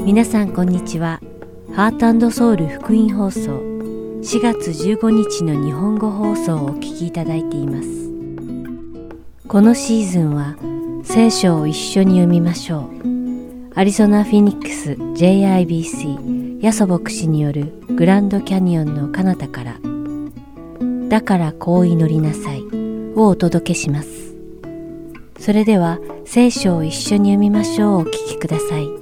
皆さんこんにちは。ハート&ソウル福音放送4月15日の日本語放送をお聞きいただいています。このシーズンは聖書を一緒に読みましょう。アリゾナ・フィニックス JIBC ヤソ牧師によるグランドキャニオンの彼方からだからこう祈りなさいをお届けします。それでは聖書を一緒に読みましょう。お聞きください。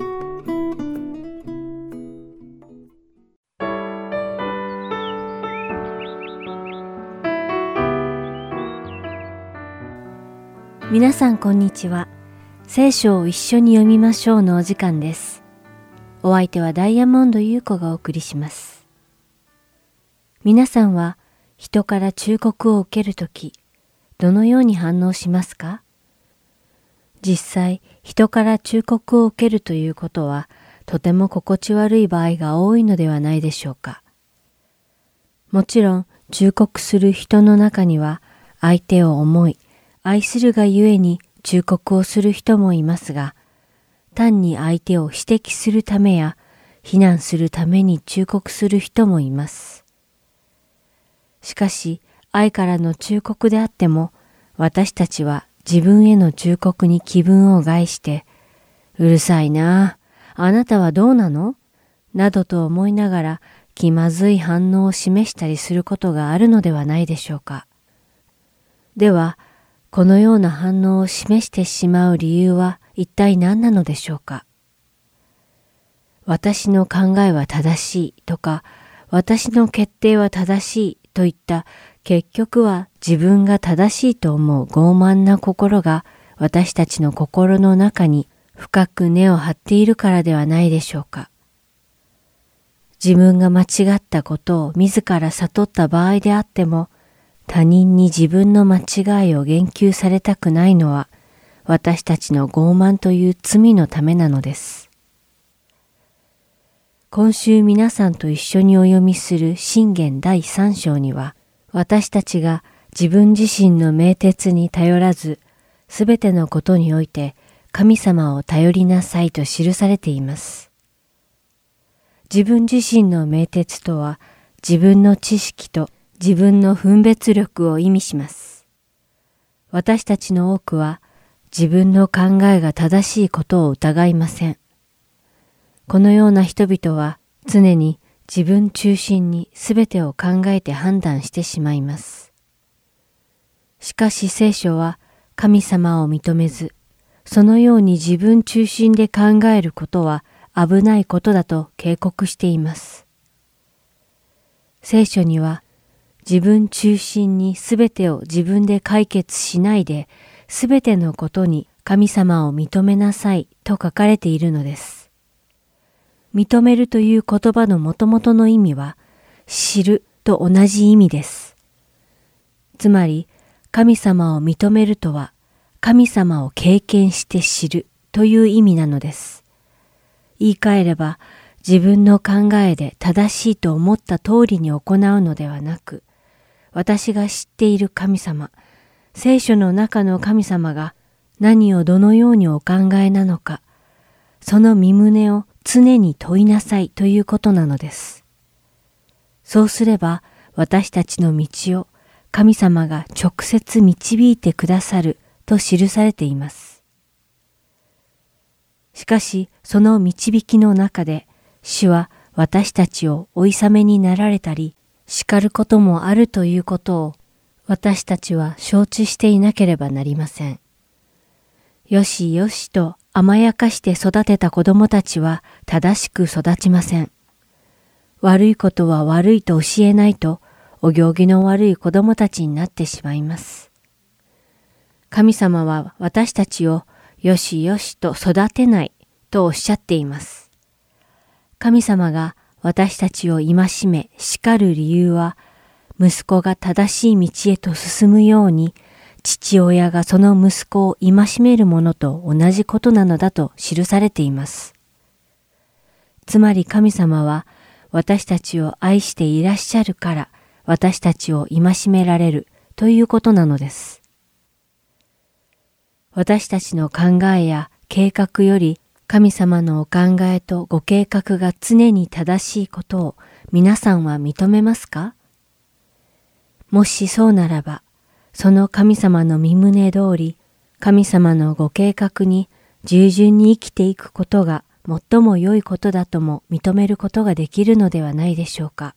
皆さんこんにちは。聖書を一緒に読みましょうのお時間です。お相手はダイヤモンド優子がお送りします。皆さんは人から忠告を受けるとき、どのように反応しますか？実際、人から忠告を受けるということは、とても心地悪い場合が多いのではないでしょうか。もちろん、忠告する人の中には、相手を思い、愛するがゆえに忠告をする人もいますが、単に相手を指摘するためや非難するために忠告する人もいます。しかし、愛からの忠告であっても、私たちは自分への忠告に気分を害して、うるさいなあ、あなたはどうなの？などと思いながら気まずい反応を示したりすることがあるのではないでしょうか。では、このような反応を示してしまう理由は一体何なのでしょうか。私の考えは正しいとか、私の決定は正しいといった結局は自分が正しいと思う傲慢な心が私たちの心の中に深く根を張っているからではないでしょうか。自分が間違ったことを自ら悟った場合であっても、他人に自分の間違いを言及されたくないのは私たちの傲慢という罪のためなのです。今週皆さんと一緒にお読みする箴言第3章には、私たちが自分自身の明哲に頼らず、すべてのことにおいて神様を頼りなさいと記されています。自分自身の明哲とは、自分の知識と自分の分別力を意味します。私たちの多くは自分の考えが正しいことを疑いません。このような人々は常に自分中心にすべてを考えて判断してしまいます。しかし聖書は神様を認めず、そのように自分中心で考えることは危ないことだと警告しています。聖書には自分中心にすべてを自分で解決しないで、すべてのことに神様を認めなさいと書かれているのです。認めるという言葉の元々の意味は、知ると同じ意味です。つまり、神様を認めるとは、神様を経験して知るという意味なのです。言い換えれば、自分の考えで正しいと思った通りに行うのではなく、私が知っている神様、聖書の中の神様が何をどのようにお考えなのか、その身旨を常に問いなさいということなのです。そうすれば私たちの道を神様が直接導いてくださると記されています。しかしその導きの中で主は私たちをお諌めになられたり、叱ることもあるということを私たちは承知していなければなりません。よしよしと甘やかして育てた子供たちは正しく育ちません。悪いことは悪いと教えないとお行儀の悪い子供たちになってしまいます。神様は私たちをよしよしと育てないとおっしゃっています。神様が私たちを戒め叱る理由は、息子が正しい道へと進むように、父親がその息子を戒めるものと同じことなのだと記されています。つまり神様は私たちを愛していらっしゃるから私たちを戒められるということなのです。私たちの考えや計画より神様のお考えとご計画が常に正しいことを皆さんは認めますか？もしそうならば、その神様の御旨通り、神様のご計画に従順に生きていくことが最も良いことだとも認めることができるのではないでしょうか。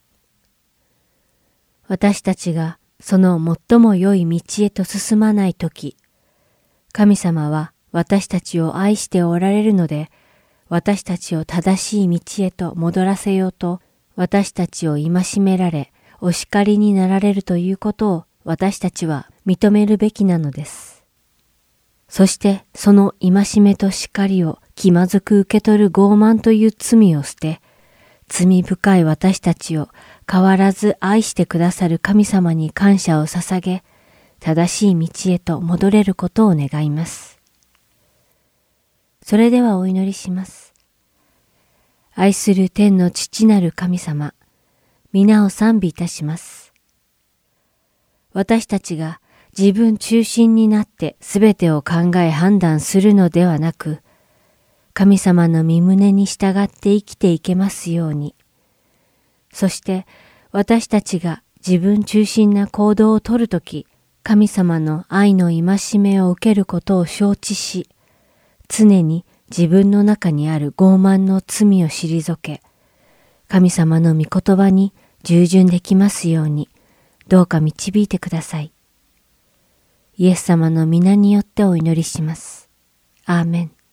私たちがその最も良い道へと進まないとき、神様は私たちを愛しておられるので、私たちを正しい道へと戻らせようと、私たちを戒められ、お叱りになられるということを私たちは認めるべきなのです。そしてその戒めと叱りを気まずく受け取る傲慢という罪を捨て、罪深い私たちを変わらず愛してくださる神様に感謝を捧げ、正しい道へと戻れることを願います。それではお祈りします。愛する天の父なる神様、皆を賛美いたします。私たちが自分中心になってすべてを考え判断するのではなく、神様の御胸に従って生きていけますように。そして私たちが自分中心な行動をとるとき、神様の愛の戒めを受けることを承知し、常に自分の中にある傲慢の罪を退け、神様の御言葉に従順できますように、どうか導いてください。イエス様の皆によってお祈りします。アーメン。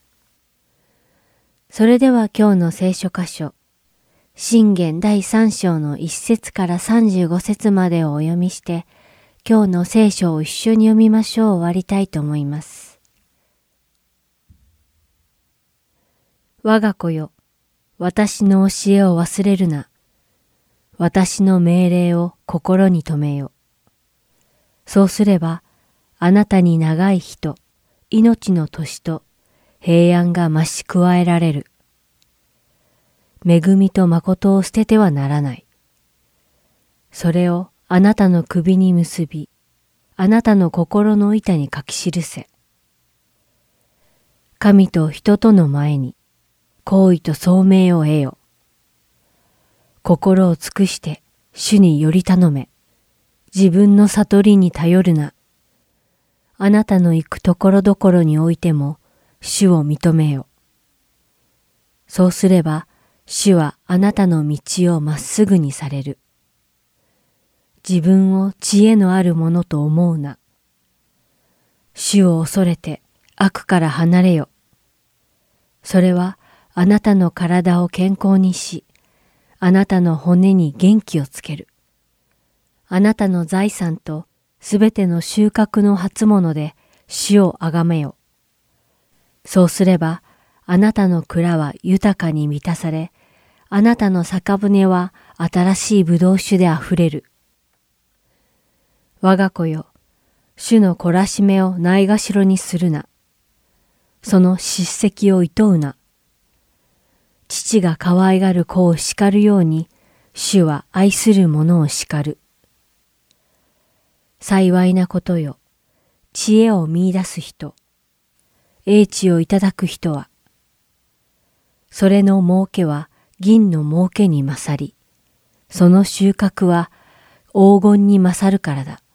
それでは今日の聖書箇所、箴言第3章の1節から35節までをお読みして、今日の聖書を一緒に読みましょう終わりたいと思います。我が子よ、私の教えを忘れるな。私の命令を心に留めよ。そうすれば、あなたに長い日と命の年と平安が増し加えられる。恵みと誠を捨ててはならない。それをあなたの首に結び、あなたの心の板に書き記せ。神と人との前に、行為と聡明を得よ。心を尽くして主により頼め。自分の悟りに頼るな。あなたの行くところどころにおいても主を認めよ。そうすれば主はあなたの道をまっすぐにされる。自分を知恵のあるものと思うな。主を恐れて悪から離れよ。それはあなたの体を健康にし、あなたの骨に元気をつける。あなたの財産とすべての収穫の初物で主をあがめよ。そうすれば、あなたの蔵は豊かに満たされ、あなたの酒舟は新しい葡萄酒であふれる。我が子よ、主の懲らしめをないがしろにするな。その叱責を厭うな。父が可愛がる子を叱るように、主は愛する者を叱る。幸いなことよ、知恵を見出す人、英知をいただく人は、それの儲けは銀の儲けに勝り、その収穫は黄金に勝るからだ。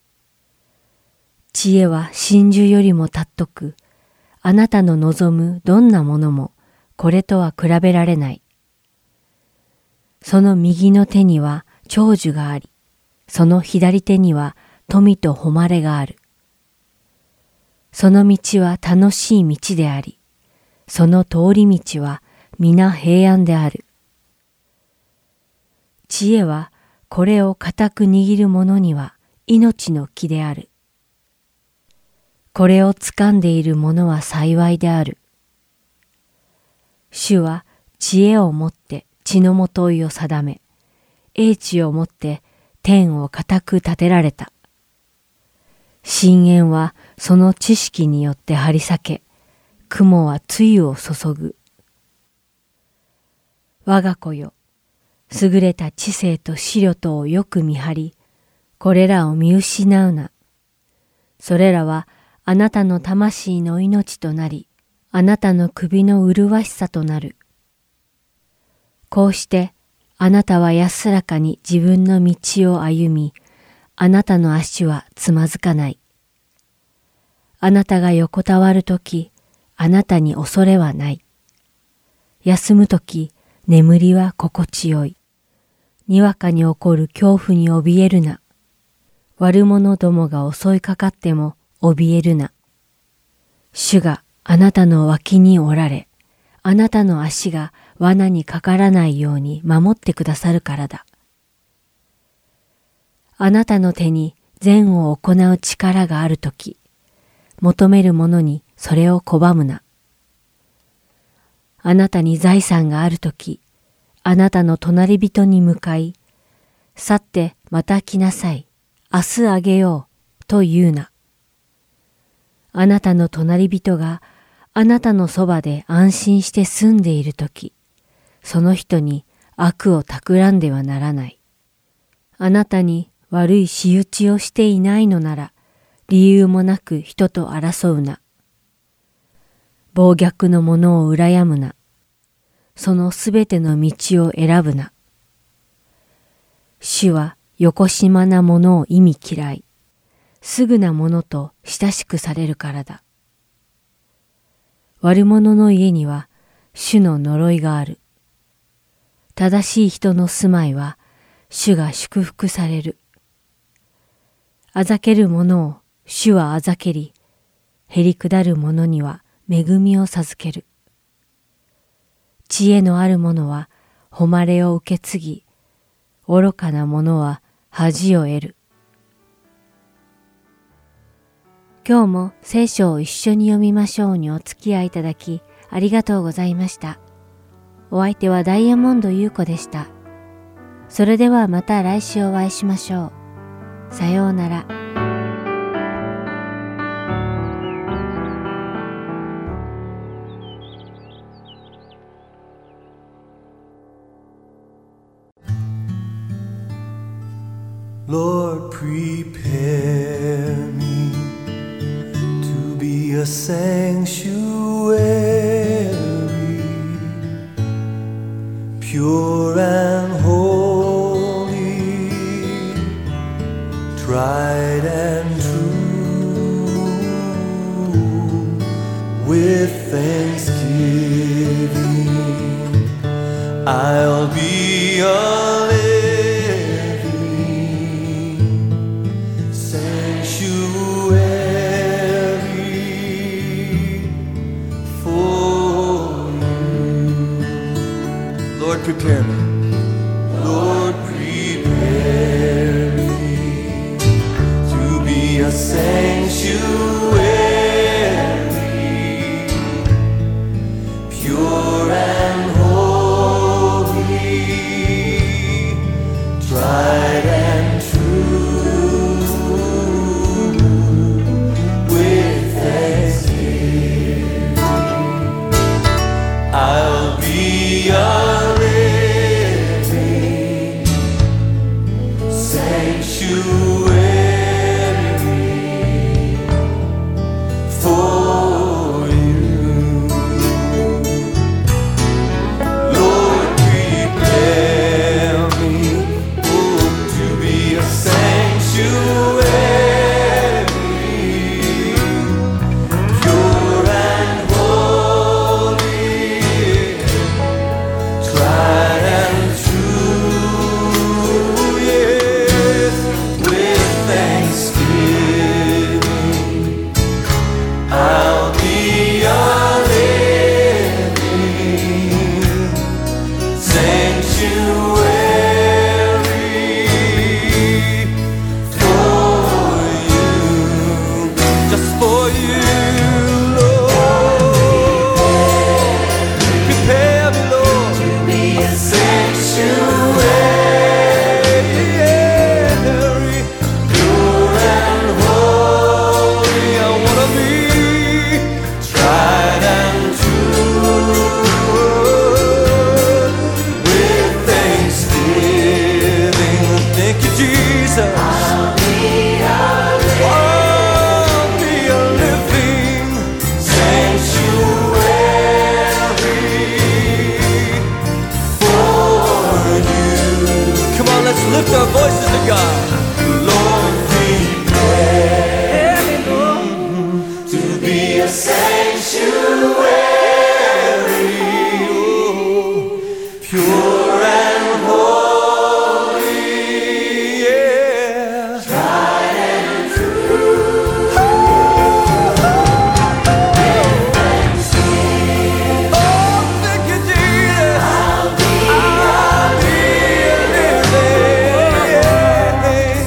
知恵は真珠よりも尊く、あなたの望むどんなものもこれとは比べられない。その右の手には長寿があり、その左手には富と誉れがある。その道は楽しい道であり、その通り道は皆平安である。知恵はこれを固く握る者には命の木である。これを掴んでいる者は幸いである。主は知恵をもって血のもといを定め、英知をもって天を固く立てられた。深淵はその知識によって張り裂け、雲は露を注ぐ。我が子よ、優れた知性と思慮とをよく見張り、これらを見失うな。それらはあなたの魂の命となり、 あなたの首の麗しさとなる。こうしてあなたは安らかに自分の道を歩み、あなたの足はつまずかない。あなたが横たわるとき、あなたに恐れはない。休むとき、眠りは心地よい。にわかに起こる恐怖に怯えるな。悪者どもが襲いかかっても怯えるな。主があなたの脇におられ、あなたの足が罠にかからないように守ってくださるからだ。あなたの手に善を行う力があるとき、求める者にそれを拒むな。あなたに財産があるとき、あなたの隣人に向かい、去ってまた来なさい、明日あげよう、と言うな。あなたの隣人があなたのそばで安心して住んでいるとき、その人に悪を企んではならない。あなたに悪い仕打ちをしていないのなら、理由もなく人と争うな。暴虐の者を羨むな。そのすべての道を選ぶな。主はよこしまな者を忌み嫌い、すぐな者と親しくされるからだ。悪者の家には主の呪いがある。正しい人の住まいは主が祝福される。あざける者を主はあざけり、へりくだる者には恵みを授ける。知恵のある者は誉れを受け継ぎ、愚かな者は恥を得る。今日も聖書を一緒に読みましょうにお付き合いいただきありがとうございました。お相手はダイヤモンド優子でした。それではまた来週お会いしましょう。さようなら。 Lord, prepare me to be a sanctuary, pure and holy, tried and true, with thanksgiving I'll be a prepare me. Lord, prepare me to be a sanctuary, pure and holy, tried and true, with thanksgiving I'll be a a sanctuary, oh, pure and holy, yeah, tried and true. Oh, thank you, Jesus. I'll be a living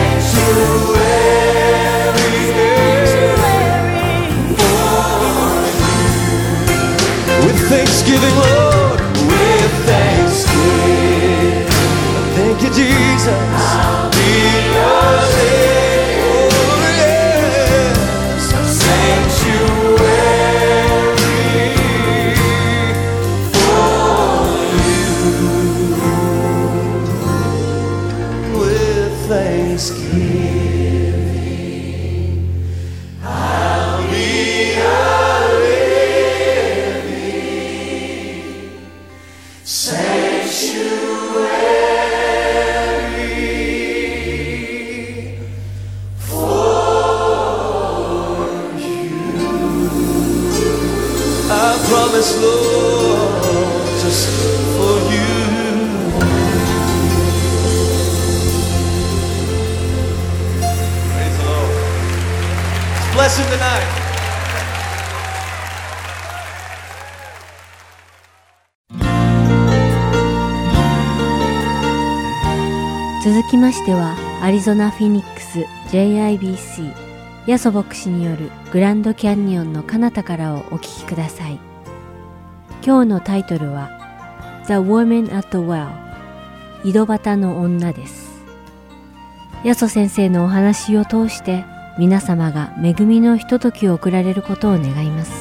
sanctuary with thanksgiving, Lord, with thanksgiving. Thank you, Jesus. I'll be a living, oh, yes, sanctuary for you. With thanksgiving, I'll be a living sanctuary for you. I promise, Lord, just for you. Praise the Lord. Bless him tonight. 続きましては、アリゾナ・フィニックス JIBC ヤソ牧師によるグランドキャニオンの彼方からをお聞きください。今日のタイトルは The Woman at the Well 井戸端の女です。ヤソ先生のお話を通して皆様が恵みのひとときを送られることを願います。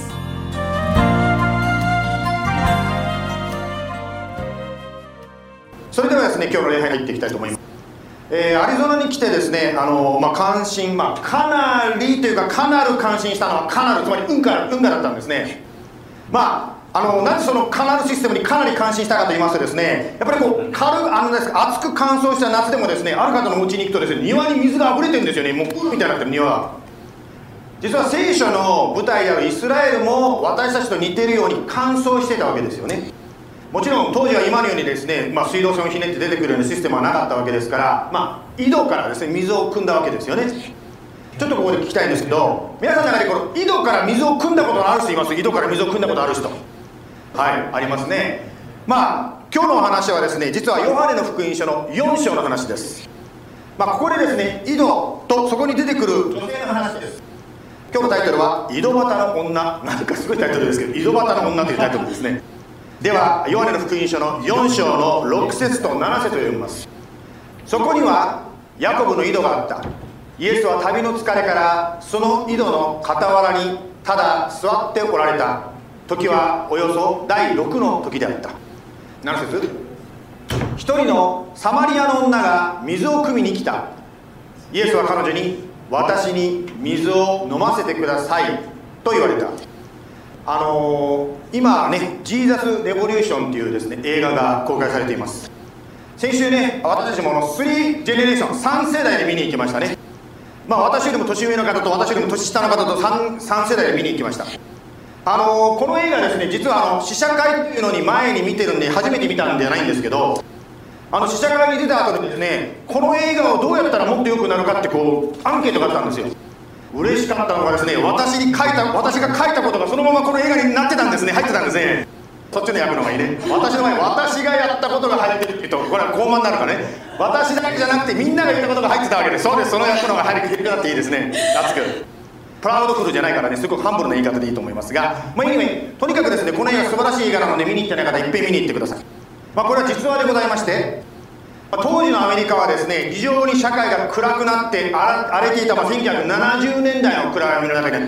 それではですね、今日の礼拝に入っていきたいと思います。アリゾナに来てですね、関心、かなりというかかなり感心したのはカナル、つまり運河だったんですね。なぜそのカナルシステムにかなり感心したかと言いますとですね、やっぱりこう暑く乾燥した夏でもですね、ある方のお家に行くとですね、庭に水が溢れてるんですよね。もうプールみたいになってる庭が。実は聖書の舞台であるイスラエルも私たちと似ているように乾燥してたわけですよね。もちろん当時は今のようにですね、水道線をひねって出てくるようなシステムはなかったわけですから、井戸からですね水を汲んだわけですよね。ちょっとここで聞きたいんですけど、皆さんの中でこの井戸から水を汲んだことのある人います？井戸から水を汲んだことある人、はい、ありますね。今日のお話はですね、実はヨハネの福音書の4章の話です。ここでですね、井戸とそこに出てくる女性の話です。今日のタイトルは井戸端の女、なんかすごいタイトルですけど、井戸端の女というタイトルですね。ではヨハネの福音書の4章の6節と7節を読みます。そこにはヤコブの井戸があった。イエスは旅の疲れからその井戸の傍らにただ座っておられた。時はおよそ第6の時であった。7節、一人のサマリアの女が水を汲みに来た。イエスは彼女に、私に水を飲ませてくださいと言われた。今ね、ジーザス・レボリューションというですね映画が公開されています。先週ね、私たちも3ジェネレーション、3世代で見に行きましたね。私よりも年上の方と私よりも年下の方と 3世代で見に行きました。この映画ですね、実は試写会っていうのに前に見てるんで初めて見たんじゃないんですけど、試写会に出た後にですね、この映画をどうやったらもっと良くなるかってこうアンケートがあったんですよ。嬉しかったのがですね、私が書いたことがそのままこの映画になってたんですね、入ってたんですね。そっちの役の方がいいね。私の前、私がやったことが入ってるって言うとこれは高慢になるからね。私だけじゃなくてみんなが言ったことが入ってたわけです。そうです、その役の方が入りくなっていいですね。熱くプラウドフルじゃないからね、すごくハンブルな言い方でいいと思いますが、とにかくですね、この映画素晴らしい映画なので見に行ってない方いっぺん見に行ってください。これは実話でございまして、当時のアメリカはですね、非常に社会が暗くなって荒れていた、1970年代の暗闇の中にあった、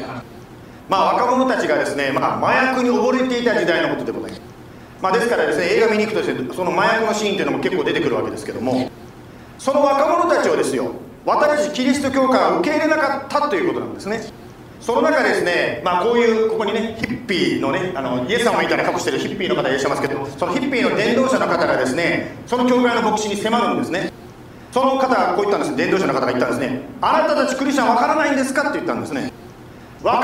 若者たちがですね、麻薬に溺れていた時代のことでございます。ですからですね、映画見に行くとですね、その麻薬のシーンというのも結構出てくるわけですけども、その若者たちをですよ、私たちキリスト教会は受け入れなかったということなんですね。その中でですね、こういうここにね、ヒッピーのね、イエス様みたいな格好してるヒッピーの方いらっしゃいますけど、そのヒッピーの伝道者の方がですね、その教会の牧師に迫るんですね。その方がこう言ったんです。伝道者の方が言ったんですね。あなたたちクリスチャンわからないんですかって言ったんですね。若者たち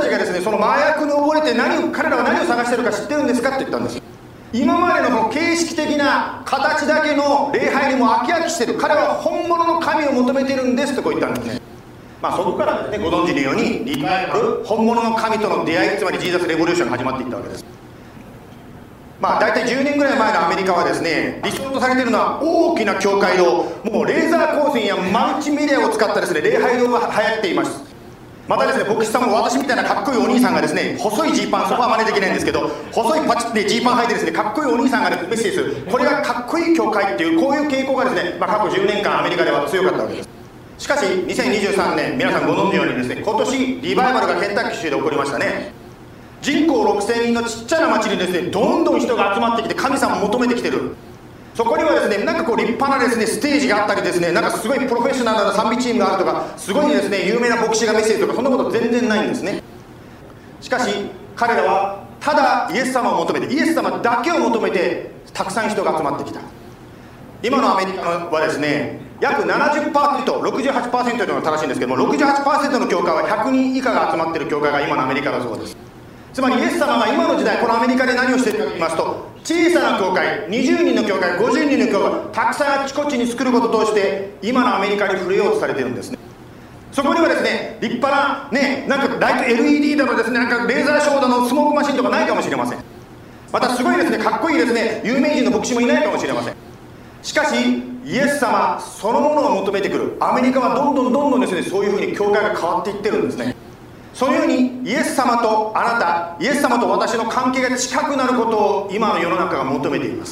ちがですね、その麻薬に溺れて彼らは何を探しているか知ってるんですかって言ったんです。今までのこの形式的な形だけの礼拝にも飽き飽きしている。彼は本物の神を求めているんですとこう言ったんですね。そこからですね、ご存知のようにリバイバル、本物の神との出会い、つまりジーザスレボリューションが始まっていったわけです。大体10年ぐらい前のアメリカはですね、理想とされているのは大きな教会堂、もうレーザー光線やマルチメディアを使ったですね、礼拝堂が流行っています。またですね、牧師さんも私みたいなかっこいいお兄さんがですね、細いジーパン、そこは真似できないんですけど、細いパチッでジーパン履いてですね、かっこいいお兄さんがメッセージする、これがかっこいい教会っていう、こういう傾向がですね、過去10年間アメリカでは強かったわけです。しかし2023年、皆さんご存知のようにですね、今年リバイバルがケンタッキー州で起こりましたね。人口6000人のちっちゃな町にですね、どんどん人が集まってきて神様を求めてきてる。そこにはですね、なんかこう立派なですねステージがあったりですね、なんかすごいプロフェッショナルな賛美チームがあるとか、すごいですね有名な牧師がメッセージとか、そんなこと全然ないんですね。しかし彼らはただイエス様を求めて、イエス様だけを求めてたくさん人が集まってきた。今のアメリカはですね、約 70%、68% というのが正しいんですけども、 68% の教会は100人以下が集まっている教会が今のアメリカだそうです。つまりイエス様が今の時代このアメリカで何をしているかと言いますと、小さな教会、20人の教会、50人の教会、たくさんあちこちに作ることを通して今のアメリカに触れようとされているんですね。そこにはですね、立派なね、なんかライト LED だのですね、なんかレーザーショーだのスモークマシンとかないかもしれません。またすごいですね、かっこいいですね有名人の牧師もいないかもしれません。しかしイエス様そのものを求めてくるアメリカはどんどんですね、そういうふうに教会が変わっていってるんですね。そのようにイエス様とあなた、イエス様と私の関係が近くなることを今の世の中が求めています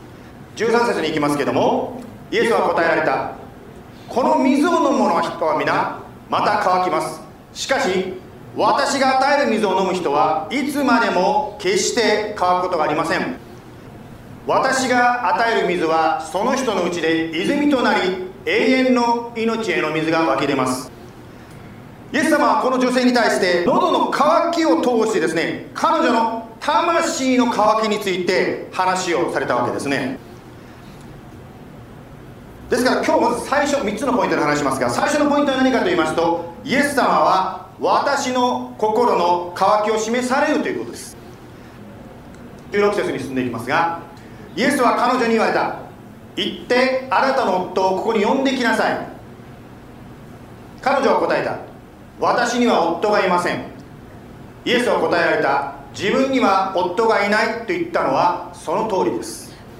。13節に行きますけども、イエスは答えられた。この水を飲む者は人は皆また乾きます。しかし私が与える水を飲む人はいつまでも決して乾くことがありません。私が与える水はその人のうちで泉となり、永遠の命への水が湧き出ます。イエス様はこの女性に対して喉の渇きを通してですね、彼女の魂の渇きについて話をされたわけですね。ですから今日まず最初3つのポイントで話しますが、最初のポイントは何かと言いますと、イエス様は私の心の渇きを示されるということです。16節に進んでいきますが、イエスは彼女に言われた。行ってあなたの夫をここに呼んできなさい。彼女は答えた。私には夫がいません。イエスは答えられた。自分には夫がいないと言ったのはその通りです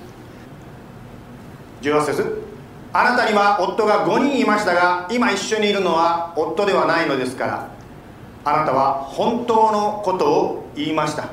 。18節、あなたには夫が5人いましたが、今一緒にいるのは夫ではないのですから、あなたは本当のことを言いました。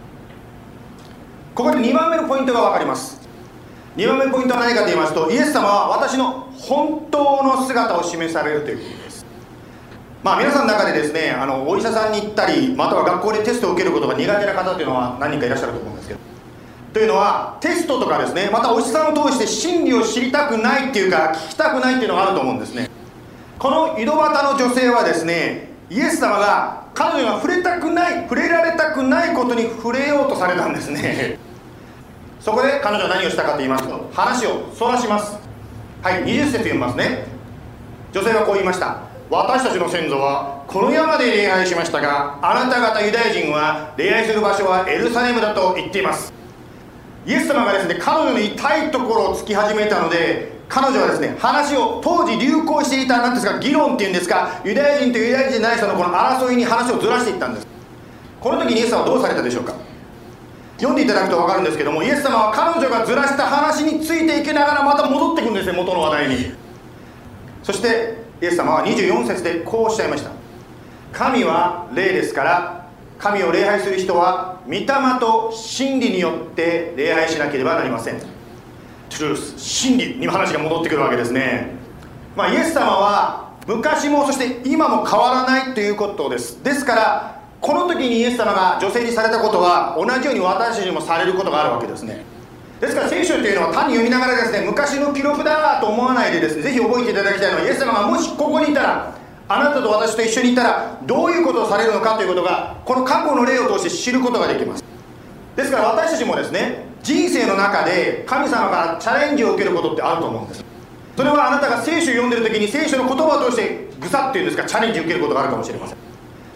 ここで2番目のポイントが分かります。2番目のポイントは何かと言いますと、イエス様は私の本当の姿を示されるということです。皆さんの中でですね、お医者さんに行ったり、または学校でテストを受けることが苦手な方というのは何人かいらっしゃると思うんですけど、というのはテストとかですね、またお医者さんを通して真理を知りたくないっていうか、聞きたくないっていうのがあると思うんですね。この井戸端の女性はですね、イエス様が彼女が触れられたくないことに触れようとされたんですね。そこで彼女は何をしたかと言いますと、話をそらします。はい、20節読みますね。女性はこう言いました。私たちの先祖はこの山で礼拝しましたが、あなた方ユダヤ人は礼拝する場所はエルサレムだと言っています。イエス様がですね、彼女の痛いところを突き始めたので、彼女はですね、話を当時流行していた何ですか、議論っていうんですか、ユダヤ人とユダヤ人じゃない人のこの争いに話をずらしていったんです。この時にイエス様はどうされたでしょうか。読んでいただくと分かるんですけども、イエス様は彼女がずらした話についていきながらまた戻ってくるんですね、元の話題に。そしてイエス様は24節でこうおっしゃいました。神は霊ですから、神を礼拝する人は御霊と真理によって礼拝しなければなりません。トゥルース、真理に話が戻ってくるわけですね。イエス様は昔もそして今も変わらないということです。ですからこの時にイエス様が女性にされたことは同じように私たちにもされることがあるわけですね。ですから聖書というのは単に読みながらですね、昔の記録だと思わないでですね、ぜひ覚えていただきたいのは、イエス様がもしここにいたら、あなたと私と一緒にいたらどういうことをされるのかということが、この過去の例を通して知ることができます。ですから私たちもですね、人生の中で神様からチャレンジを受けることってあると思うんです。それはあなたが聖書を読んでる時に聖書の言葉を通してぐさっていうんですか、チャレンジを受けることがあるかもしれません。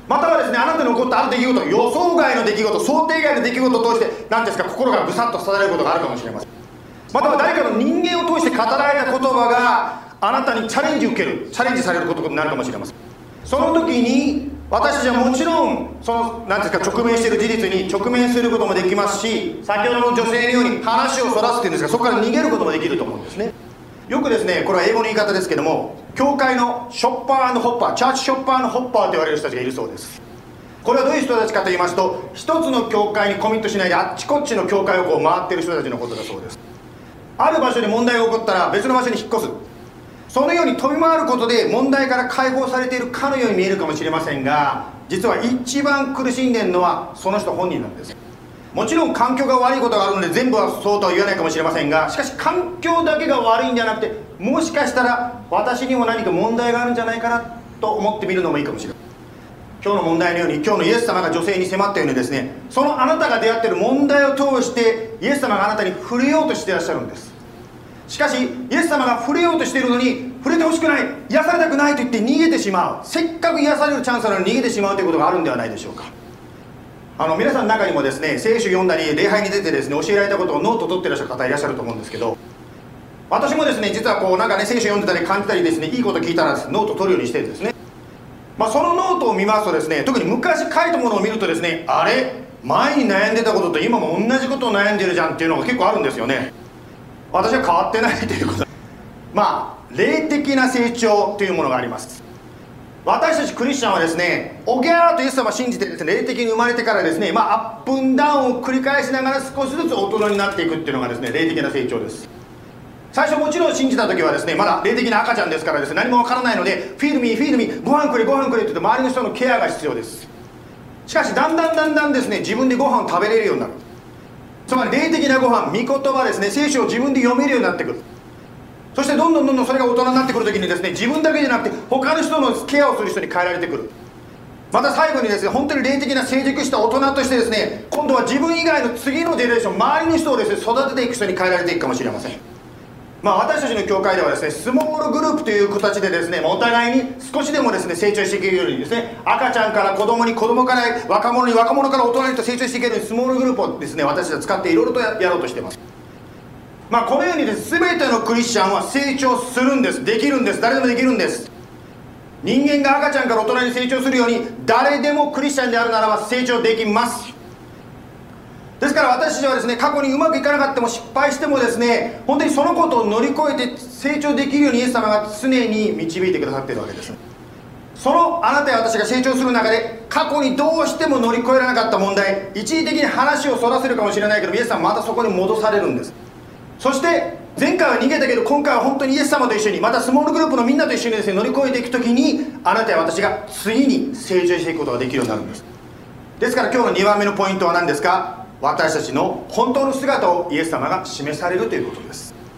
またはですね、あなたに起こったある出来事、予想外の出来事、想定外の出来事を通して、何ですか、心がぐさっと刺されることがあるかもしれません。または誰かの人間を通して語られた言葉があなたにチャレンジを受ける、チャレンジされることになるかもしれません。その時に私たちはもちろんその何ですか、直面している事実に直面することもできますし、先ほどの女性のように話をそらすっていうんですが、そこから逃げることもできると思うんですね。よくですね、これは英語の言い方ですけども、教会のショッパー&ホッパー、チャーチショッパー&ホッパーと言われる人たちがいるそうです。これはどういう人たちかと言いますと、一つの教会にコミットしないであっちこっちの教会をこう回っている人たちのことだそうです。ある場所で問題が起こったら別の場所に引っ越す、そのように飛び回ることで問題から解放されているかのように見えるかもしれませんが、実は一番苦しんでいるのはその人本人なんです。もちろん環境が悪いことがあるので全部はそうとは言わないかもしれませんが、しかし環境だけが悪いんじゃなくて、もしかしたら私にも何か問題があるんじゃないかなと思ってみるのもいいかもしれない。今日の問題のように、今日のイエス様が女性に迫ったようにですね、そのあなたが出会っている問題を通してイエス様があなたに触れようとしていらっしゃるんです。しかしイエス様が触れようとしているのに、触れてほしくない、癒されたくないと言って逃げてしまう、せっかく癒されるチャンスなのに逃げてしまうということがあるんではないでしょうか。皆さんの中にもですね、聖書読んだり礼拝に出てですね、教えられたことをノート取ってらっしゃる方いらっしゃると思うんですけど、私もですね、実はこうなんかね、聖書読んでたり感じたりですね、いいこと聞いたらです、ね、ノート取るようにしてるんですね。そのノートを見ますとですね、特に昔書いたものを見るとですね、あれ、前に悩んでたことと今も同じことを悩んでるじゃんっていうのが結構あるんですよね。私は変わってないということ。霊的な成長というものがあります。私たちクリスチャンはですね、おぎゃーとイエス様を信じてですね、霊的に生まれてからですね、アップンダウンを繰り返しながら少しずつ大人になっていくっていうのがですね、霊的な成長です。最初もちろん信じた時はですね、まだ霊的な赤ちゃんですからですね、何もわからないので、フィードミーフィードミー、ご飯くれご飯くれって言って周りの人のケアが必要です。しかしだんだんですね、自分でご飯を食べれるようになる。つまり霊的なご飯、御言葉ですね、聖書を自分で読めるようになってくる。そしてどんどんそれが大人になってくるときにですね、自分だけじゃなくて他の人のケアをする人に変えられてくる。また最後にですね、本当に霊的な成熟した大人としてですね、今度は自分以外の次のジェネレーション、周りの人をですね、育てていく人に変えられていくかもしれません。私たちの教会ではですね、スモールグループという形でですね、お互いに少しでもですね、成長していけるようにですね、赤ちゃんから子供に、子供から若者に、若者から大人にと成長していけるように、スモールグループをですね、私たちは使っていろいろとやろうとしています。このようにですね、全てのクリスチャンは成長するんです。できるんです。誰でもできるんです。人間が赤ちゃんから大人に成長するように、誰でもクリスチャンであるならば成長できます。ですから私たちはですね、過去にうまくいかなかったも失敗してもですね、本当にそのことを乗り越えて成長できるようにイエス様が常に導いてくださっているわけです。そのあなたや私が成長する中で、過去にどうしても乗り越えられなかった問題、一時的に話をそらせるかもしれないけど、イエス様はまたそこに戻されるんです。そして前回は逃げたけど、今回は本当にイエス様と一緒に、またスモールグループのみんなと一緒にですね、乗り越えていくときに、あなたや私が次に成長していくことができるようになるんです。ですから今日の2番目のポイントは何ですか？私たちの本当の姿をイエス様が示されるということです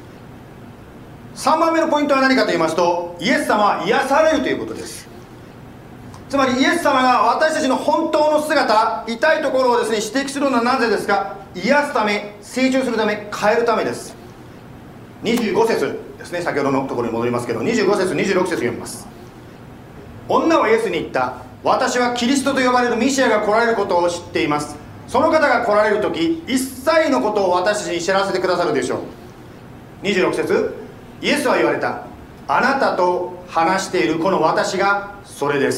。3番目のポイントは何かと言いますと、イエス様は癒されるということです。つまりイエス様が私たちの本当の姿、痛いところをですね、指摘するのはなぜですか？癒すため、成長するため、変えるためです。25節ですね、先ほどのところに戻りますけど、25節26節読みます。女はイエスに言った。私はキリストと呼ばれるメシアが来られることを知っています。その方が来られるとき、一切のことを私たちに知らせてくださるでしょう。26節、イエスは言われた。あなたと話しているこの私がそれです。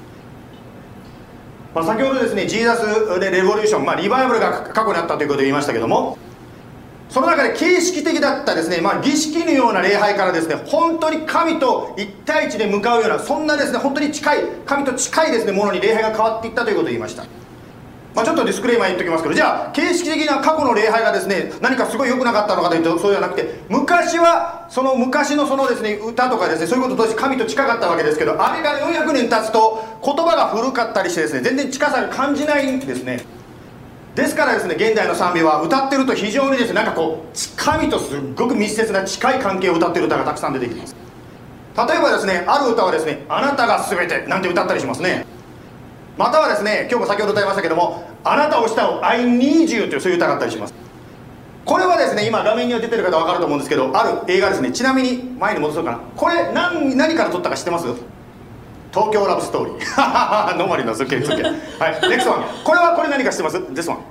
先ほどですね、ジーザスレボリューション、リバイバルが過去にあったということを言いましたけども、その中で形式的だったですね、儀式のような礼拝からですね、本当に神と一対一で向かうような、そんなですね、本当に近い、神と近いですね、ものに礼拝が変わっていったということを言いました。ちょっとディスクレーマー言っておきますけど、じゃあ形式的な過去の礼拝がですね、何かすごい良くなかったのかというと、そうではなくて、昔はその昔のそのですね、歌とかですね、そういうこととして神と近かったわけですけど、あれが400年経つと言葉が古かったりしてですね、全然近さが感じないんですね。ですからですね、現代の賛美は歌ってると非常にですね、神とすっごく密接な近い関係を歌ってる歌がたくさん出てきます。例えばですね、ある歌はですね、あなたが全てなんて歌ったりしますね。またはですね、今日も先ほど歌いましたけども、あなたを慕う I need you というそういう歌があったりします。これはですね、今画面には出てる方分かると思うんですけど、ある映画ですね。ちなみに前に戻そうかな。これ何から撮ったか知ってます？ 東京ラブストーリーノーマリーのズッケズッケはい、NEXT one。 これ何か知ってます？ This one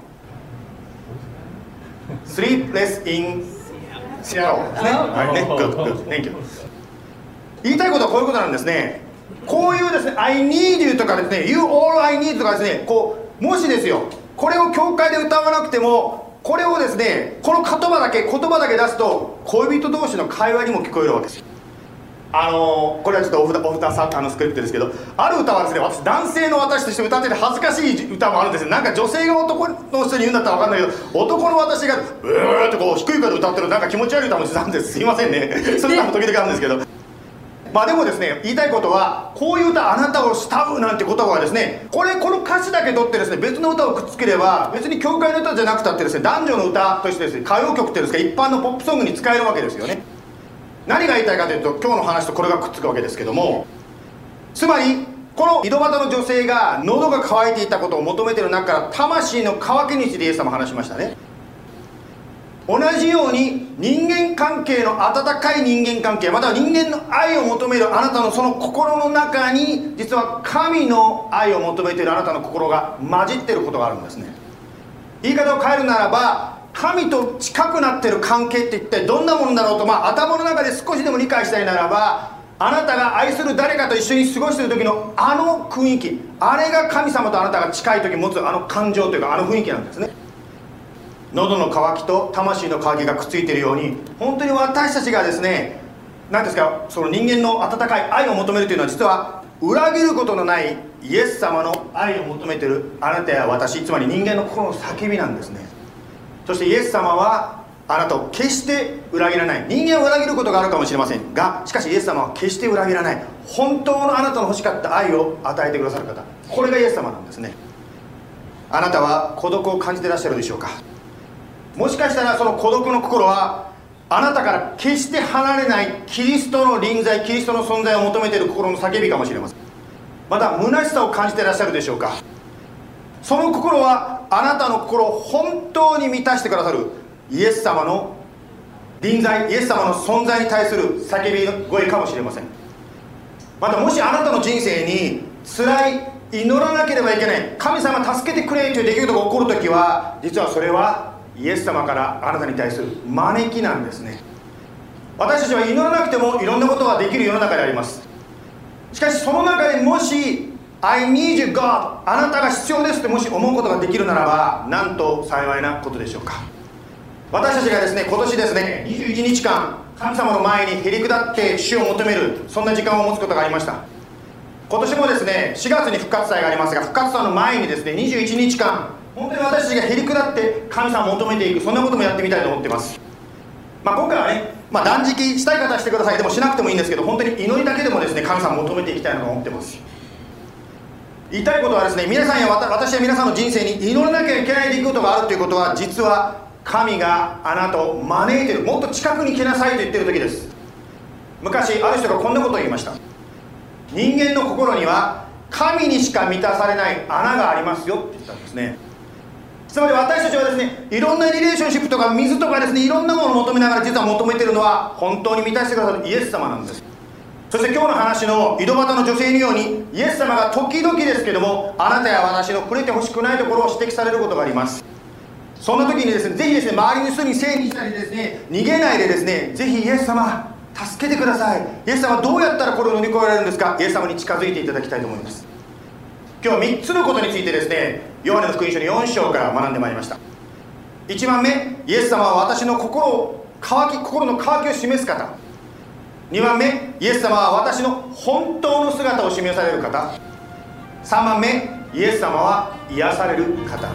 Sleepless in Seattle ですね。はいね、Good Good Thank you。 言いたいことはこういうことなんですね。こういうですね I need you とかですね You all I need とかですね、こうもしですよこれを教会で歌わなくてもこれをですねこの言葉だけ出すと恋人同士の会話にも聞こえるわけです。これはちょっとオフタスクリプトですけど、ある歌はですね、男性の私として歌ってて恥ずかしい歌もあるんですよ。なんか女性が男の人に言うんだったら分かんないけど、男の私がうーってこう低い声で歌ってるなんか気持ち悪い歌もしてたんです。すいませんねそういう歌も時々あるんですけどまあでもですね、言いたいことはこういう歌、あなたを慕うなんて言葉はですね、この歌詞だけ取ってですね別の歌をくっつければ別に教会の歌じゃなくたってですね、男女の歌としてですね歌謡曲っていうんですか一般のポップソングに使えるわけですよね。何が言いたいかというと今日の話とこれがくっつくわけですけども、つまりこの井戸端の女性が喉が渇いていたことを求めている中から魂の渇きについてイエス様話しましたね。同じように人間関係の温かい人間関係、または人間の愛を求めるあなたのその心の中に実は神の愛を求めているあなたの心が混じっていることがあるんですね。言い方を変えるならば神と近くなっている関係って一体どんなものだろうと、頭の中で少しでも理解したいならば、あなたが愛する誰かと一緒に過ごしている時のあの雰囲気、あれが神様とあなたが近い時持つあの感情というかあの雰囲気なんですね。喉の渇きと魂の渇きがくっついているように、本当に私たちがですね、何ですか、その人間の温かい愛を求めるというのは実は裏切ることのないイエス様の愛を求めているあなたや私、つまり人間の心の叫びなんですね。そしてイエス様はあなたを決して裏切らない。人間は裏切ることがあるかもしれませんが、しかしイエス様は決して裏切らない。本当のあなたの欲しかった愛を与えてくださる方、これがイエス様なんですね。あなたは孤独を感じていらっしゃるでしょうか。もしかしたらその孤独の心はあなたから決して離れないキリストの臨在、キリストの存在を求めている心の叫びかもしれません。また虚しさを感じていらっしゃるでしょうか。その心はあなたの心を本当に満たしてくださるイエス様の臨在、イエス様の存在に対する叫び声かもしれません。またもしあなたの人生に辛い、祈らなければいけない、神様助けてくれという出来事が起こるときは、実はそれはイエス様からあなたに対する招きなんですね。私たちは祈らなくてもいろんなことができる世の中であります。しかしその中でもしI need you God、 あなたが必要ですってもし思うことができるならば、なんと幸いなことでしょうか。私たちがですね、今年ですね21日間神様の前にへり下って主を求める、そんな時間を持つことがありました。今年もですね4月に復活祭がありますが、復活祭の前にですね21日間本当に私たちがへり下って神様を求めていく、そんなこともやってみたいと思っています。今回はね、断食したい方はしてください。でもしなくてもいいんですけど、本当に祈りだけでもですね神様を求めていきたいなと思ってます。言いたいことはですね、皆さんや私や皆さんの人生に祈らなきゃいけない出来事があるということは、実は神があなたを招いている、もっと近くに来なさいと言っている時です。昔ある人がこんなことを言いました。人間の心には神にしか満たされない穴がありますよって言ったんですね。つまり私たちはですね、いろんなリレーションシップとか水とかですね、いろんなものを求めながら実は求めているのは本当に満たしてくださるイエス様なんです。そして今日の話の井戸端の女性のように、イエス様が時々ですけどもあなたや私の触れてほしくないところを指摘されることがあります。そんな時にですね、ぜひですね、周りの人に背にしたりですね、逃げないでですね、ぜひイエス様助けてください、イエス様どうやったらこれを乗り越えられるんですか、イエス様に近づいていただきたいと思います。今日は3つのことについてですね、ヨハネの福音書の4章から学んでまいりました。1番目、イエス様は私の心の渇きを示す方。2番目、イエス様は私の本当の姿を示される方。3番目、イエス様は癒される方。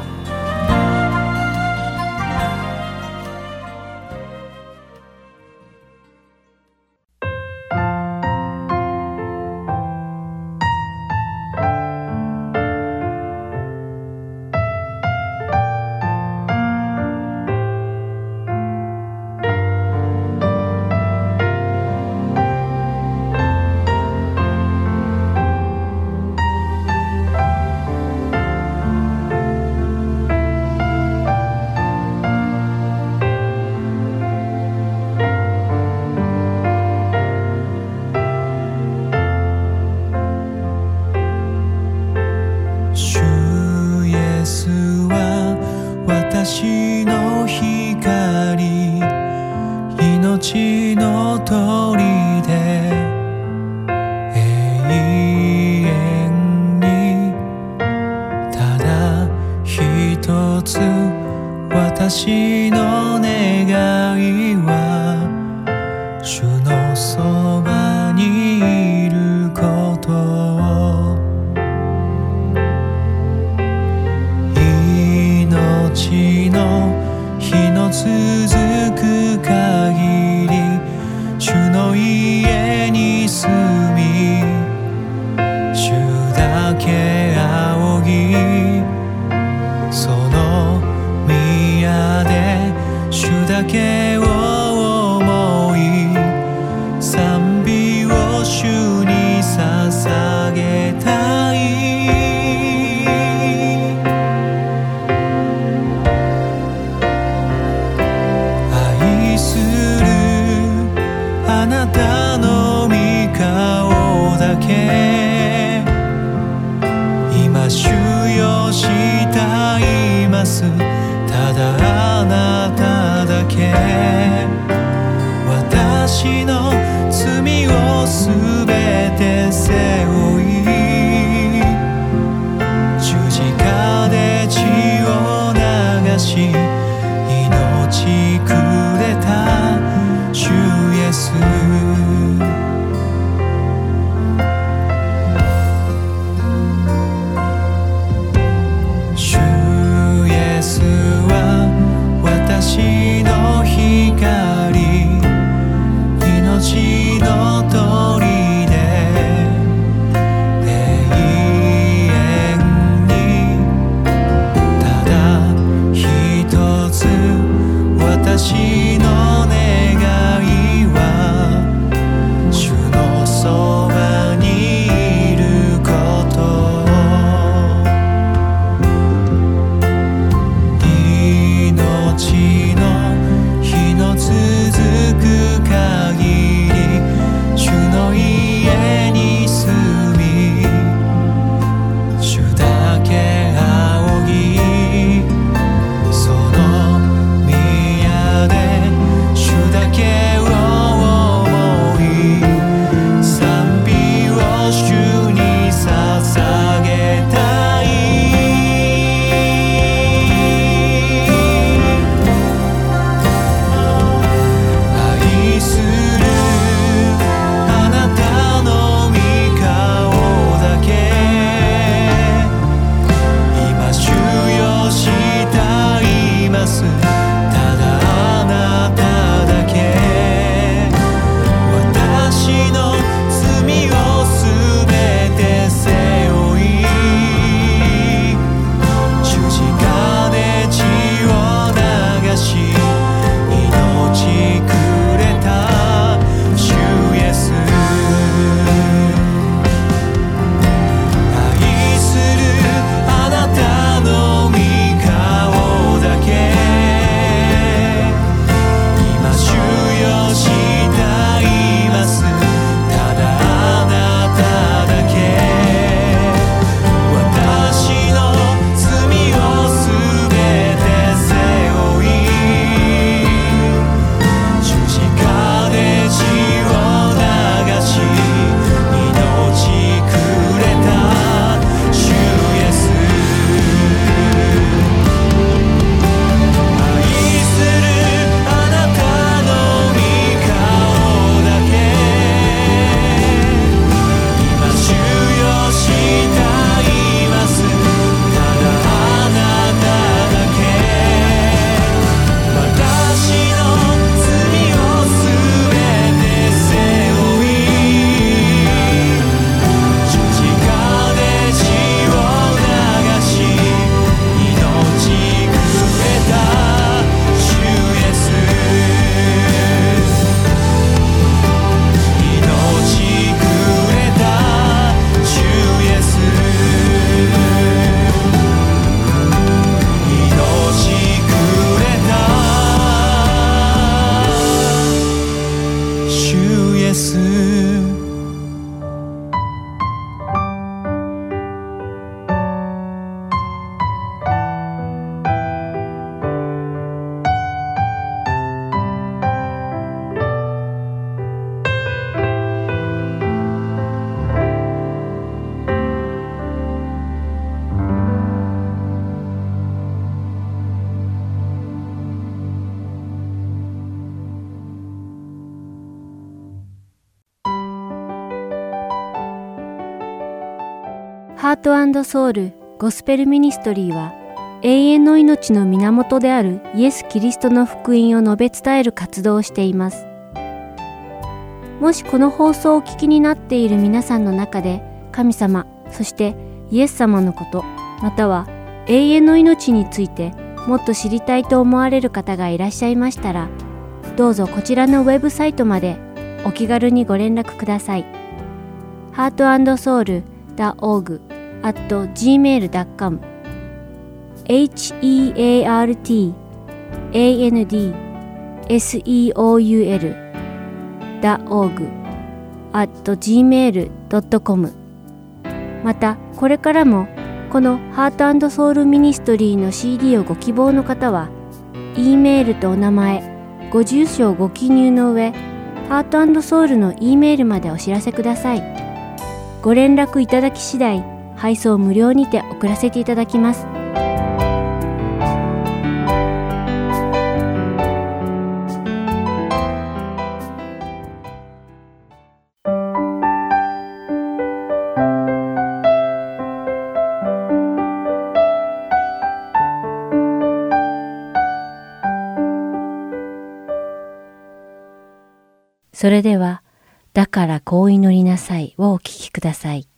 一つ私の願いは主のそばにいることを。命の日の続く限り主の家に住み、主だけ仰ぎ、その宮で主だけを思い、賛美を主に捧げたい。愛するあなたの御顔だけ今主よ慕います。ただあなただけハート&ソウルゴスペルミニストリーは、永遠の命の源であるイエス・キリストの福音を述べ伝える活動をしています。もしこの放送をお聞きになっている皆さんの中で、神様、そしてイエス様のこと、または永遠の命についてもっと知りたいと思われる方がいらっしゃいましたら、どうぞこちらのウェブサイトまでお気軽にご連絡ください。heartandsoul.org@gmail.com heartandseoul.org@gmail.com また、これからもこのハート&ソウルミニストリーの CD をご希望の方は、E メールとお名前、ご住所をご記入の上、ハート&ソウルの E メールまでお知らせください。ご連絡いただき次第、配送無料にて送らせていただきます。それでは、だからこう祈りなさいをお聞きください。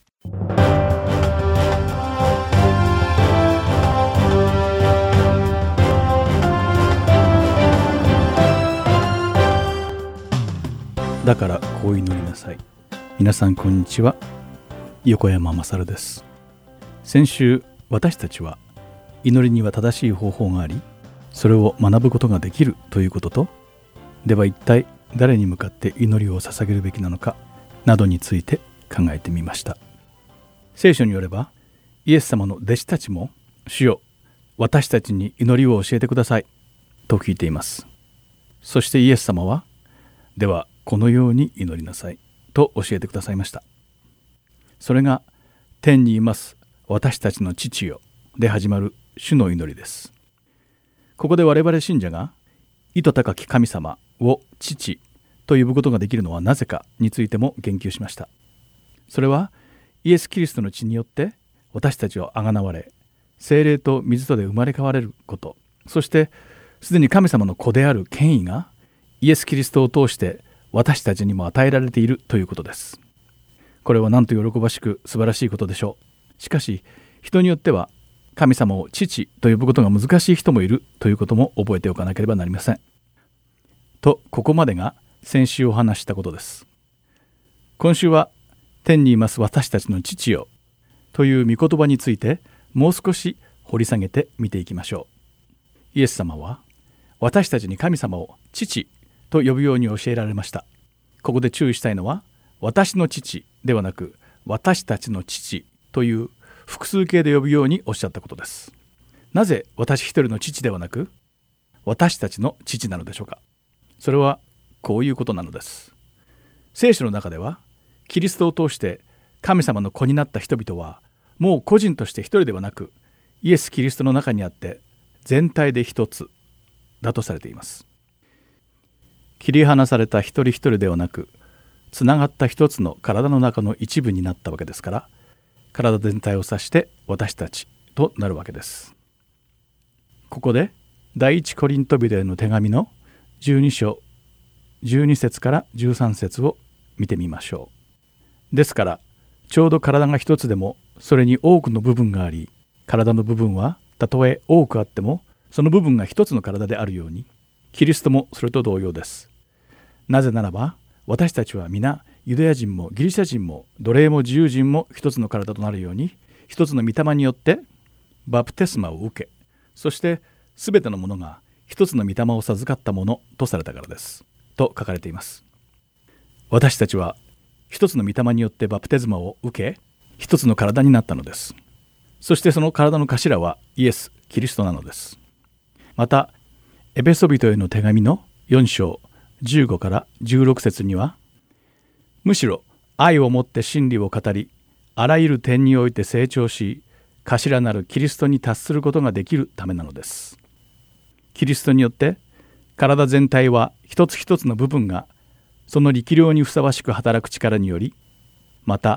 だからこう祈りなさい。皆さんこんにちは、横山まさるです。先週、私たちは祈りには正しい方法があり、それを学ぶことができるということと、では一体誰に向かって祈りを捧げるべきなのかなどについて考えてみました。聖書によれば、イエス様の弟子たちも、主よ、私たちに祈りを教えてくださいと聞いています。そしてイエス様は、ではこのように祈りなさいと教えてくださいました。それが、天にいます私たちの父よで始まる主の祈りです。ここで我々信者が、意図高き神様を父と呼ぶことができるのはなぜかについても言及しました。それはイエス・キリストの血によって私たちはあがなわれ、聖霊と水とで生まれ変われること、そしてすでに神様の子である権威がイエス・キリストを通して私たちにも与えられているということです。これはなんと喜ばしく素晴らしいことでしょう。しかし人によっては神様を父と呼ぶことが難しい人もいるということも覚えておかなければなりません。と、ここまでが先週お話したことです。今週は、天にいます私たちの父よという御言葉についてもう少し掘り下げて見ていきましょう。イエス様は私たちに神様を父と呼ぶように教えられました。ここで注意したいのは、私の父ではなく私たちの父という複数形で呼ぶようにおっしゃったことです。なぜ私一人の父ではなく私たちの父なのでしょうか。それはこういうことなのです。聖書の中では、キリストを通して神様の子になった人々はもう個人として一人ではなく、イエス・キリストの中にあって全体で一つだとされています。切り離された一人一人ではなく、つながった一つの体の中の一部になったわけですから、体全体を指して私たちとなるわけです。ここで第一コリント人への手紙の12章12節から13節を見てみましょう。ですから、ちょうど体が一つでもそれに多くの部分があり、体の部分はたとえ多くあってもその部分が一つの体であるように、キリストもそれと同様です。なぜならば、私たちは皆ユダヤ人もギリシャ人も奴隷も自由人も一つの体となるように、一つの御霊によってバプテスマを受け、そしてすべてのものが一つの御霊を授かったものとされたからですと書かれています。私たちは一つの御霊によってバプテスマを受け、一つの体になったのです。そしてその体の頭はイエス・キリストなのです。またエペソビトへの手紙の4章15から16節には、むしろ愛をもって真理を語り、あらゆる点において成長し、頭なるキリストに達することができるためなのです。キリストによって体全体は一つ一つの部分がその力量にふさわしく働く力により、また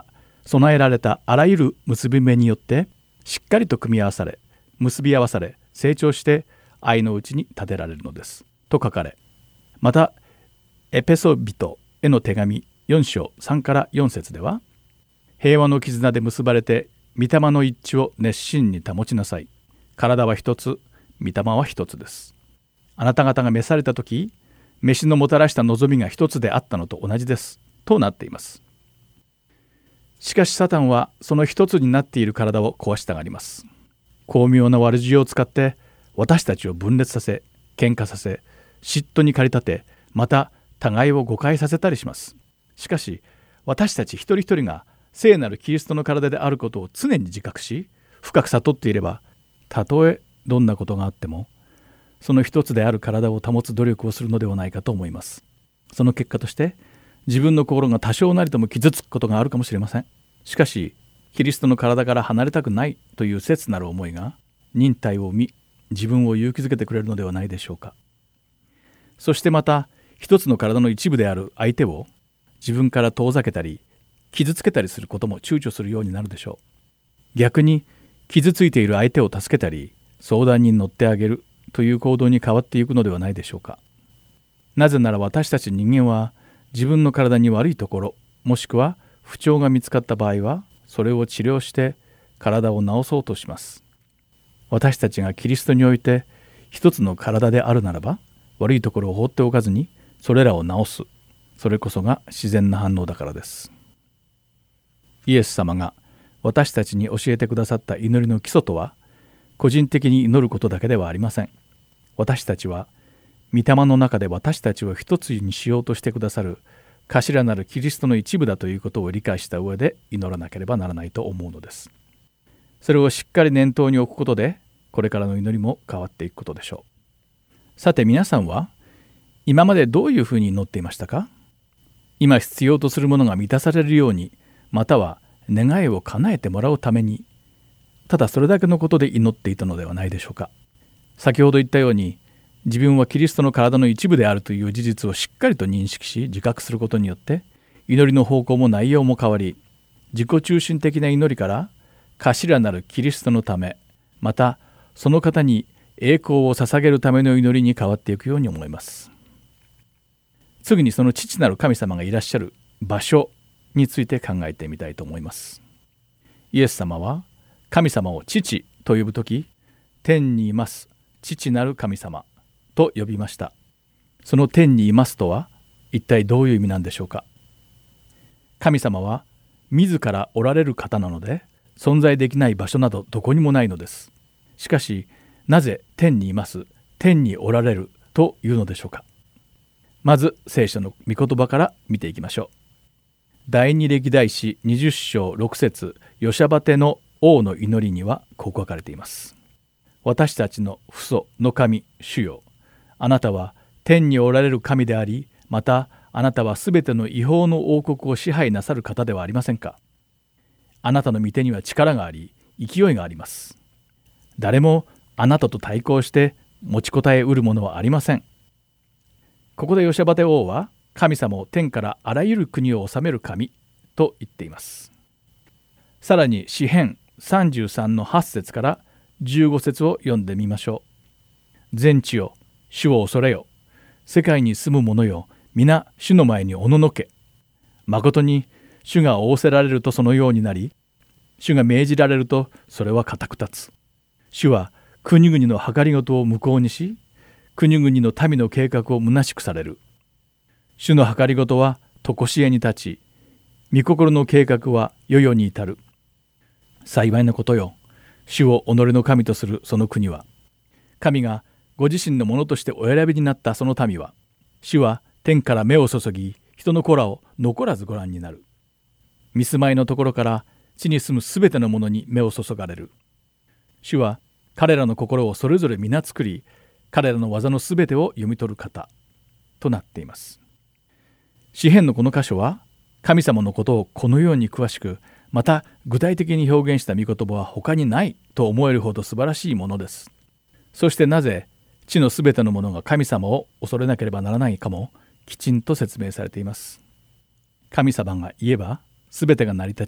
備えられたあらゆる結び目によってしっかりと組み合わされ、結び合わされ、成長して愛のうちに立てられるのですと書かれ、またエペソビトへの手紙4章3から4節では、平和の絆で結ばれて御霊の一致を熱心に保ちなさい。体は一つ、御霊は一つです。あなた方が召された時、召しのもたらした望みが一つであったのと同じですとなっています。しかしサタンはその一つになっている体を壊したがります。巧妙な悪知恵を使って私たちを分裂させ、喧嘩させ、嫉妬に駆り立て、また互いを誤解させたりします。しかし私たち一人一人が聖なるキリストの体であることを常に自覚し、深く悟っていれば、たとえどんなことがあってもその一つである体を保つ努力をするのではないかと思います。その結果として自分の心が多少なりとも傷つくことがあるかもしれません。しかしキリストの体から離れたくないという切なる思いが忍耐を生み、自分を勇気づけてくれるのではないでしょうか。そしてまた一つの体の一部である相手を自分から遠ざけたり傷つけたりすることも躊躇するようになるでしょう。逆に傷ついている相手を助けたり相談に乗ってあげるという行動に変わっていくのではないでしょうか。なぜなら私たち人間は自分の体に悪いところ、もしくは不調が見つかった場合はそれを治療して体を治そうとします。私たちがキリストにおいて一つの体であるならば、悪いところを放っておかずにそれらを治す、それこそが自然な反応だからです。イエス様が私たちに教えてくださった祈りの基礎とは、個人的に祈ることだけではありません。私たちは御霊の中で私たちを一つにしようとしてくださる頭なるキリストの一部だということを理解した上で祈らなければならないと思うのです。それをしっかり念頭に置くことで、これからの祈りも変わっていくことでしょう。さて皆さんは今までどういうふうに祈っていましたか？今必要とするものが満たされるように、または願いを叶えてもらうために、ただそれだけのことで祈っていたのではないでしょうか。先ほど言ったように、自分はキリストの体の一部であるという事実をしっかりと認識し自覚することによって、祈りの方向も内容も変わり、自己中心的な祈りから頭なるキリストのため、またその方に栄光を捧げるための祈りに変わっていくように思います。次にその父なる神様がいらっしゃる場所について考えてみたいと思います。イエス様は神様を父と呼ぶとき、天にいます父なる神様と呼びました。その天にいますとは一体どういう意味なんでしょうか。神様は自らおられる方なので、存在できない場所などどこにもないのです。しかしなぜ天にいます、天におられるというのでしょうか。まず聖書の御言葉から見ていきましょう。第二歴代史20章6節、ヨシャバテの王の祈りにはこう書かれています。私たちの父祖の神主よ、あなたは天におられる神であり、またあなたはすべての違法の王国を支配なさる方ではありませんか。あなたの御手には力があり、勢いがあります。誰もあなたと対抗して持ちこたえうるものはありません。ここでヨシャバテ王は神様を天からあらゆる国を治める神と言っています。さらに詩編33の8節から15節を読んでみましょう。全地よ、主を恐れよ。世界に住む者よ、皆主の前におののけ。まことに主が仰せられるとそのようになり、主が命じられるとそれは固く立つ。主は国々の計りごとを無効にし、国々の民の計画を虚しくされる。主の計りごとは常しえに立ち、御心の計画は世々に至る。幸いなことよ、主を己の神とするその国は。神がご自身のものとしてお選びになったその民は、主は天から目を注ぎ、人の子らを残らずご覧になる。見住まいのところから地に住むすべてのものに目を注がれる。主は彼らの心をそれぞれ皆作り、彼らの技のすべてを読み取る方となっています。詩編のこの箇所は神様のことをこのように詳しく、また具体的に表現した御言葉は他にないと思えるほど素晴らしいものです。そしてなぜ地のすべてのものが神様を恐れなければならないかもきちんと説明されています。神様が言えばすべてが成り立ち、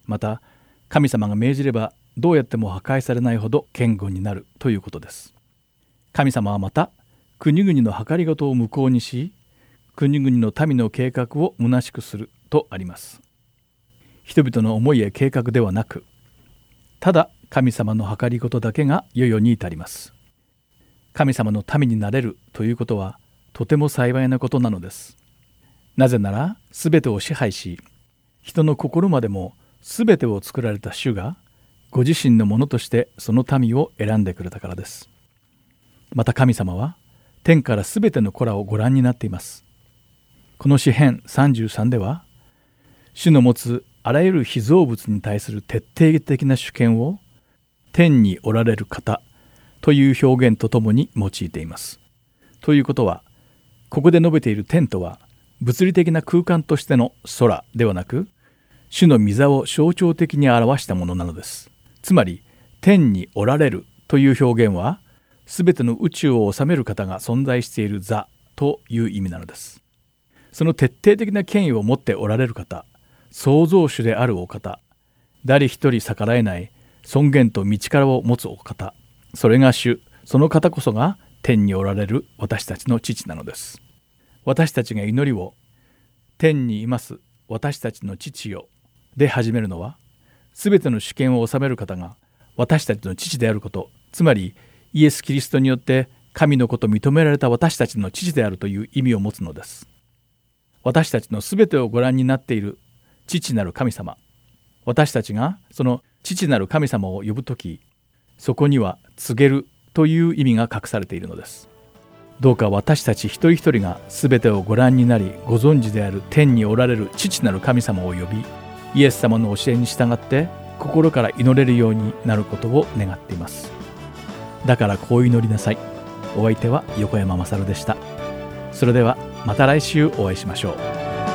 また神様が命じればどうやっても破壊されないほど堅固になるということです。神様はまた国々の計りごとを無効にし、国々の民の計画を虚しくするとあります。人々の思いや計画ではなく、ただ神様の計りごとだけが世々に至ります。神様の民になれるということはとても幸いなことなのです。なぜならすべてを支配し、人の心までもすべてを作られた主がご自身のものとしてその民を選んでくれたからです。また神様は天からすべての子らをご覧になっています。この詩編33では、主の持つあらゆる被造物に対する徹底的な主権を天におられる方という表現とともに用いています。ということは、ここで述べている天とは物理的な空間としての空ではなく、主の御座を象徴的に表したものなのです。つまり天におられるという表現は、すべての宇宙を治める方が存在している座という意味なのです。その徹底的な権威を持っておられる方、創造主であるお方、誰一人逆らえない尊厳と道からを持つお方、それが主、その方こそが天におられる私たちの父なのです。私たちが祈りを天にいます私たちの父よで始めるのは、すべての主権を治める方が私たちの父であること、つまりイエス・キリストによって神の子と認められた私たちの父であるという意味を持つのです。私たちのすべてをご覧になっている父なる神様、私たちがその父なる神様を呼ぶとき、そこには告げるという意味が隠されているのです。どうか私たち一人一人がすべてをご覧になり、ご存知である天におられる父なる神様を呼び、イエス様の教えに従って心から祈れるようになることを願っています。だからこう祈りなさい。お相手は横山まさるでした。それではまた来週お会いしましょう。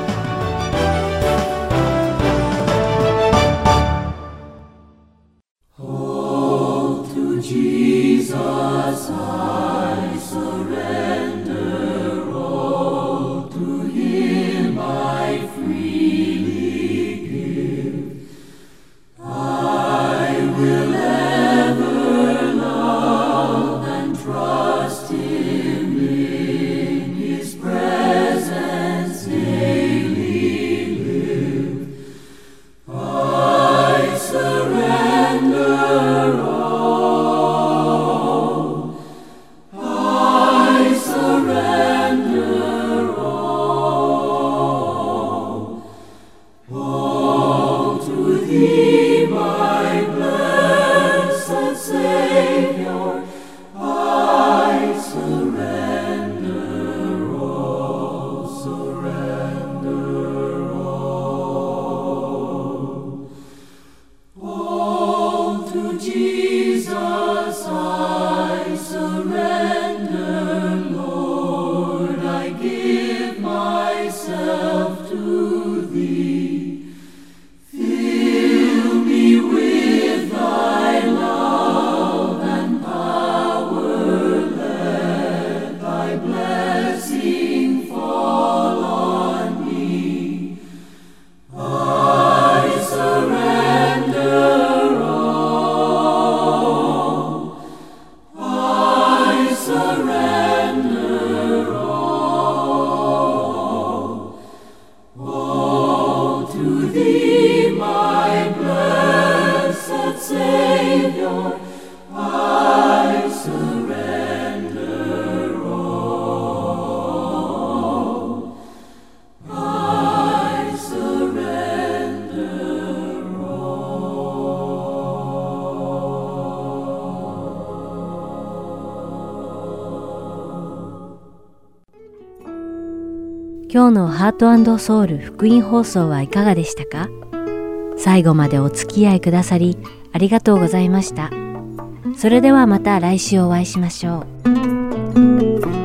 今日のハート&ソウル福音放送はいかがでしたか？最後までお付き合いくださりありがとうございました。それではまた来週お会いしましょう。